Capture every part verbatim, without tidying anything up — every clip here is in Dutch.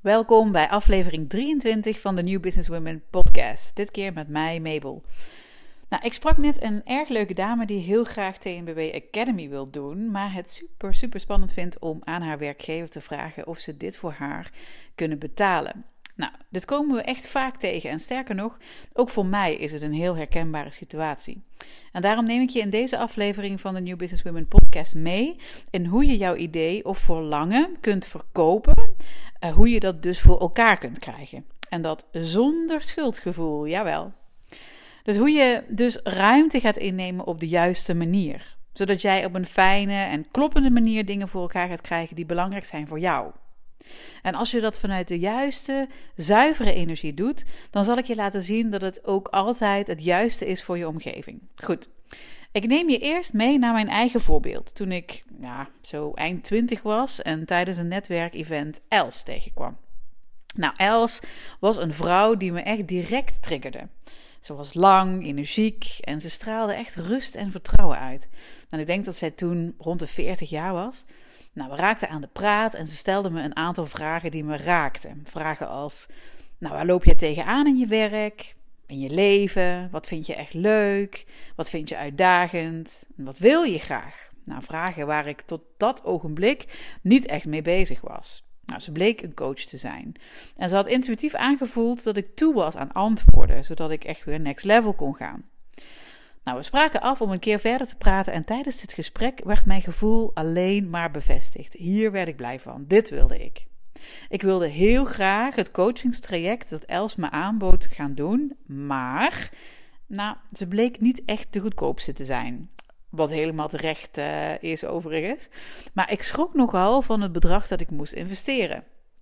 Welkom bij aflevering drieëntwintig van de New Business Women podcast. Dit keer met mij, Mabel. Nou, ik sprak net een erg leuke dame die heel graag T N B W Academy wil doen, maar het super, super spannend vindt om aan haar werkgever te vragen of ze dit voor haar kunnen betalen. Nou, dit komen we echt vaak tegen en sterker nog, ook voor mij is het een heel herkenbare situatie. En daarom neem ik je in deze aflevering van de New Business Women podcast mee in hoe je jouw idee of verlangen kunt verkopen, uh, hoe je dat dus voor elkaar kunt krijgen. En dat zonder schuldgevoel, jawel. Dus hoe je dus ruimte gaat innemen op de juiste manier, zodat jij op een fijne en kloppende manier dingen voor elkaar gaat krijgen die belangrijk zijn voor jou. En als je dat vanuit de juiste, zuivere energie doet, dan zal ik je laten zien dat het ook altijd het juiste is voor je omgeving. Goed, ik neem je eerst mee naar mijn eigen voorbeeld. Toen ik ja, zo eind twintig was en tijdens een netwerkevent Els tegenkwam. Nou, Els was een vrouw die me echt direct triggerde. Ze was lang, energiek en ze straalde echt rust en vertrouwen uit. En ik denk dat zij toen rond de veertig jaar was. Nou, we raakten aan de praat en ze stelde me een aantal vragen die me raakten. Vragen als, nou, waar loop jij tegenaan in je werk, in je leven? Wat vind je echt leuk? Wat vind je uitdagend? En wat wil je graag? Nou, vragen waar ik tot dat ogenblik niet echt mee bezig was. Nou, ze bleek een coach te zijn. En ze had intuïtief aangevoeld dat ik toe was aan antwoorden, zodat ik echt weer next level kon gaan. Nou, we spraken af om een keer verder te praten en tijdens dit gesprek werd mijn gevoel alleen maar bevestigd. Hier werd ik blij van. Dit wilde ik. Ik wilde heel graag het coachingstraject dat Els me aanbood gaan doen, maar nou, ze bleek niet echt de goedkoopste te zijn. Wat helemaal terecht uh, is overigens. Maar ik schrok nogal van het bedrag dat ik moest investeren.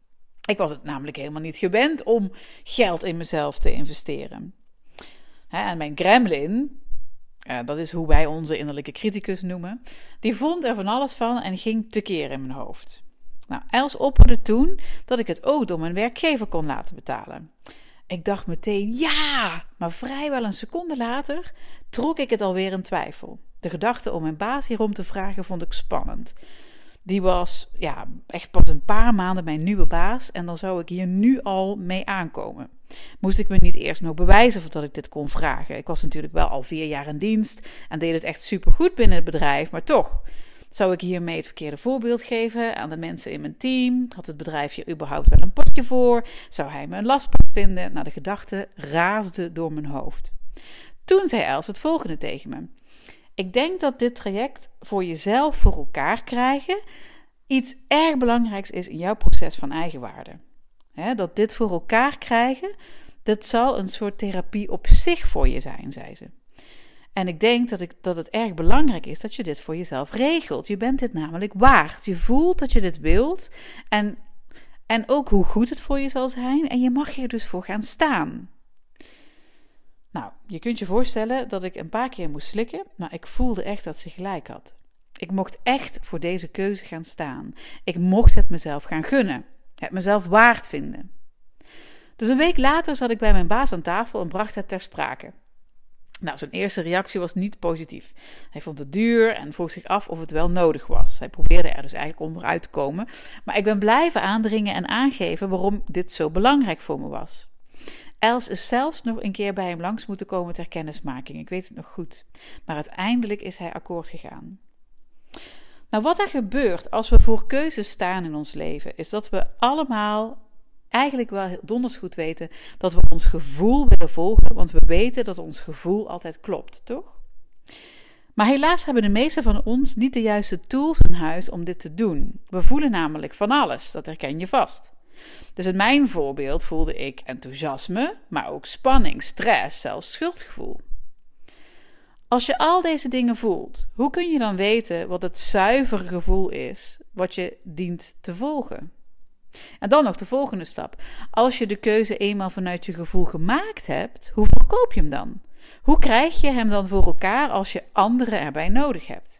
Ik was het namelijk helemaal niet gewend om geld in mezelf te investeren. Hè, en mijn gremlin, uh, dat is hoe wij onze innerlijke criticus noemen, die vond er van alles van en ging tekeer in mijn hoofd. Nou, Els opperde toen dat ik het ook door mijn werkgever kon laten betalen. Ik dacht meteen ja, maar vrijwel een seconde later trok ik het alweer in twijfel. De gedachte om mijn baas hierom te vragen vond ik spannend. Die was ja, echt pas een paar maanden mijn nieuwe baas en dan zou ik hier nu al mee aankomen. Moest ik me niet eerst nog bewijzen of dat ik dit kon vragen. Ik was natuurlijk wel al vier jaar in dienst en deed het echt supergoed binnen het bedrijf, maar toch. Zou ik hiermee het verkeerde voorbeeld geven aan de mensen in mijn team? Had het bedrijf hier überhaupt wel een potje voor? Zou hij me een lastpak vinden? Nou, de gedachte raasde door mijn hoofd. Toen zei Els het volgende tegen me. Ik denk dat dit traject voor jezelf voor elkaar krijgen iets erg belangrijks is in jouw proces van eigenwaarde. He, dat dit voor elkaar krijgen, dat zal een soort therapie op zich voor je zijn, zei ze. En ik denk dat, ik, dat het erg belangrijk is dat je dit voor jezelf regelt. Je bent dit namelijk waard. Je voelt dat je dit wilt en, en ook hoe goed het voor je zal zijn en je mag hier dus voor gaan staan. Nou, je kunt je voorstellen dat ik een paar keer moest slikken, maar ik voelde echt dat ze gelijk had. Ik mocht echt voor deze keuze gaan staan. Ik mocht het mezelf gaan gunnen, het mezelf waard vinden. Dus een week later zat ik bij mijn baas aan tafel en bracht het ter sprake. Nou, zijn eerste reactie was niet positief. Hij vond het duur en vroeg zich af of het wel nodig was. Hij probeerde er dus eigenlijk onderuit te komen, maar ik ben blijven aandringen en aangeven waarom dit zo belangrijk voor me was. Els is zelfs nog een keer bij hem langs moeten komen ter kennismaking. Ik weet het nog goed. Maar uiteindelijk is hij akkoord gegaan. Nou, wat er gebeurt als we voor keuzes staan in ons leven, is dat we allemaal eigenlijk wel heel donders goed weten dat we ons gevoel willen volgen, want we weten dat ons gevoel altijd klopt, toch? Maar helaas hebben de meesten van ons niet de juiste tools in huis om dit te doen. We voelen namelijk van alles, dat herken je vast. Dus in mijn voorbeeld voelde ik enthousiasme, maar ook spanning, stress, zelfs schuldgevoel. Als je al deze dingen voelt, hoe kun je dan weten wat het zuivere gevoel is wat je dient te volgen? En dan nog de volgende stap. Als je de keuze eenmaal vanuit je gevoel gemaakt hebt, hoe verkoop je hem dan? Hoe krijg je hem dan voor elkaar als je anderen erbij nodig hebt?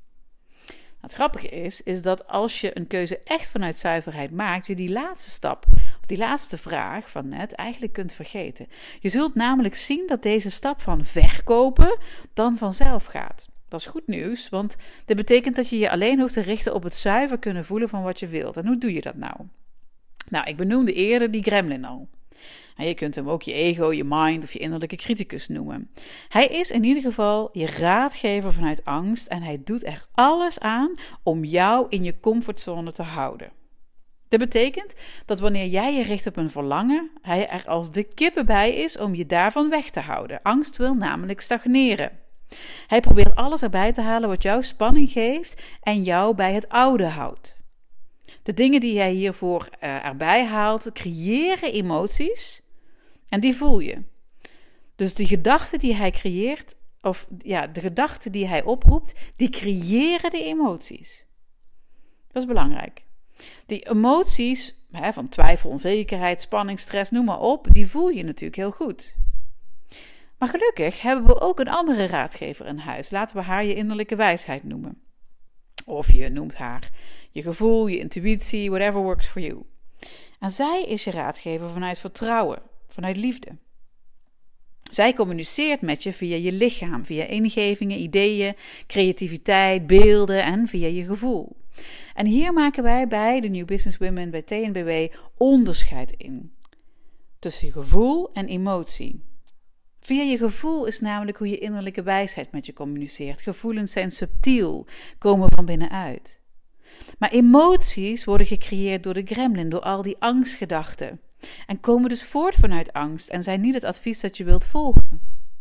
Het grappige is, is dat als je een keuze echt vanuit zuiverheid maakt, je die laatste stap, of die laatste vraag van net, eigenlijk kunt vergeten. Je zult namelijk zien dat deze stap van verkopen dan vanzelf gaat. Dat is goed nieuws, want dit betekent dat je je alleen hoeft te richten op het zuiver kunnen voelen van wat je wilt. En hoe doe je dat nou? Nou, ik benoemde eerder die gremlin al. En je kunt hem ook je ego, je mind of je innerlijke criticus noemen. Hij is in ieder geval je raadgever vanuit angst en hij doet er alles aan om jou in je comfortzone te houden. Dat betekent dat wanneer jij je richt op een verlangen, hij er als de kippen bij is om je daarvan weg te houden. Angst wil namelijk stagneren. Hij probeert alles erbij te halen wat jou spanning geeft en jou bij het oude houdt. De dingen die hij hiervoor uh, erbij haalt, creëren emoties en die voel je. Dus de gedachten die hij creëert, of ja, de gedachten die hij oproept, die creëren de emoties. Dat is belangrijk. Die emoties hè, van twijfel, onzekerheid, spanning, stress, noem maar op, die voel je natuurlijk heel goed. Maar gelukkig hebben we ook een andere raadgever in huis. Laten we haar je innerlijke wijsheid noemen. Of je noemt haar je gevoel, je intuïtie, whatever works for you. En zij is je raadgever vanuit vertrouwen, vanuit liefde. Zij communiceert met je via je lichaam, via ingevingen, ideeën, creativiteit, beelden en via je gevoel. En hier maken wij bij de New Business Women, bij T N B W, onderscheid in. Tussen gevoel en emotie. Via je gevoel is namelijk hoe je innerlijke wijsheid met je communiceert. Gevoelens zijn subtiel, komen van binnenuit. Maar emoties worden gecreëerd door de gremlin, door al die angstgedachten. En komen dus voort vanuit angst en zijn niet het advies dat je wilt volgen.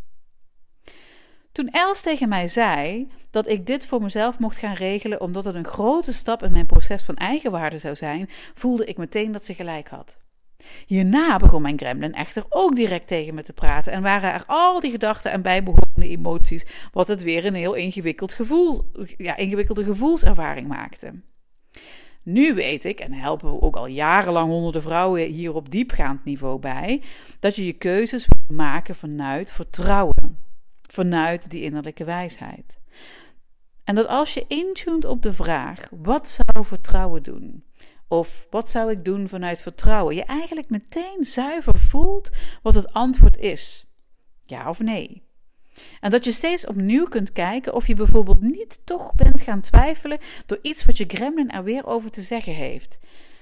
Toen Els tegen mij zei dat ik dit voor mezelf mocht gaan regelen omdat het een grote stap in mijn proces van eigenwaarde zou zijn, voelde ik meteen dat ze gelijk had. Hierna begon mijn gremlin echter ook direct tegen me te praten en waren er al die gedachten en bijbehorende emoties, wat het weer een heel ingewikkeld gevoel, ja, ingewikkelde gevoelservaring maakte. Nu weet ik, en helpen we ook al jarenlang honderden vrouwen hier op diepgaand niveau bij, dat je je keuzes moet maken vanuit vertrouwen, vanuit die innerlijke wijsheid. En dat als je intuned op de vraag, wat zou vertrouwen doen? Of wat zou ik doen vanuit vertrouwen? Je eigenlijk meteen zuiver voelt wat het antwoord is. Ja of nee. En dat je steeds opnieuw kunt kijken of je bijvoorbeeld niet toch bent gaan twijfelen door iets wat je gremlin er weer over te zeggen heeft.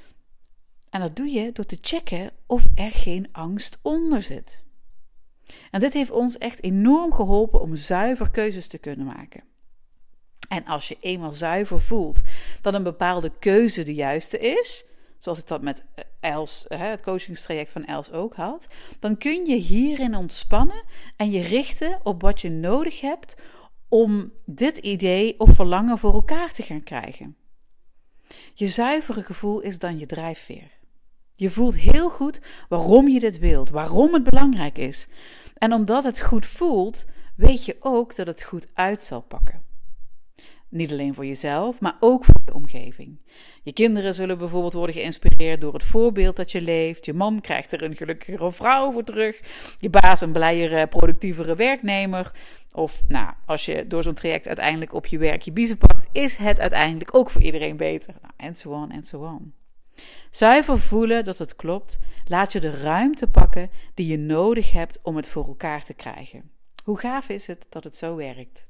En dat doe je door te checken of er geen angst onder zit. En dit heeft ons echt enorm geholpen om zuiver keuzes te kunnen maken. En als je eenmaal zuiver voelt dat een bepaalde keuze de juiste is, zoals ik dat met Els, het coachingstraject van Els ook had, dan kun je hierin ontspannen en je richten op wat je nodig hebt om dit idee of verlangen voor elkaar te gaan krijgen. Je zuivere gevoel is dan je drijfveer. Je voelt heel goed waarom je dit wilt, waarom het belangrijk is. En omdat het goed voelt, weet je ook dat het goed uit zal pakken. Niet alleen voor jezelf, maar ook voor je omgeving. Je kinderen zullen bijvoorbeeld worden geïnspireerd door het voorbeeld dat je leeft. Je man krijgt er een gelukkigere vrouw voor terug. Je baas een blijere, productievere werknemer. Of nou, als je door zo'n traject uiteindelijk op je werk je biezen pakt, is het uiteindelijk ook voor iedereen beter. Nou, en so on, en so on. Zuiver voelen dat het klopt, laat je de ruimte pakken die je nodig hebt om het voor elkaar te krijgen. Hoe gaaf is het dat het zo werkt?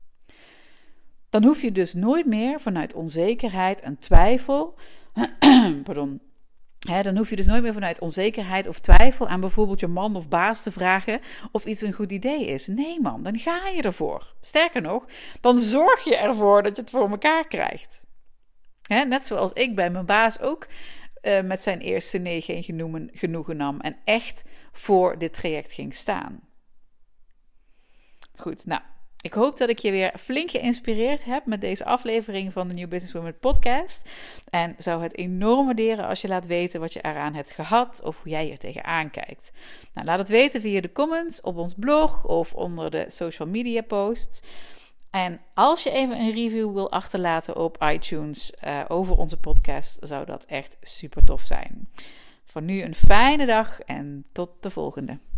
Dan hoef je dus nooit meer vanuit onzekerheid en twijfel, pardon, hè, dan hoef je dus nooit meer vanuit onzekerheid of twijfel aan bijvoorbeeld je man of baas te vragen of iets een goed idee is. Nee man, dan ga je ervoor. Sterker nog, dan zorg je ervoor dat je het voor elkaar krijgt. Hè, net zoals ik bij mijn baas ook uh, met zijn eerste nee geen genoegen, genoegen nam en echt voor dit traject ging staan. Goed, nou. Ik hoop dat ik je weer flink geïnspireerd heb met deze aflevering van de New Business Women podcast. En zou het enorm waarderen als je laat weten wat je eraan hebt gehad of hoe jij er tegenaan kijkt. Nou, laat het weten via de comments op ons blog of onder de social media posts. En als je even een review wil achterlaten op iTunes uh, over onze podcast, zou dat echt super tof zijn. Voor nu een fijne dag en tot de volgende.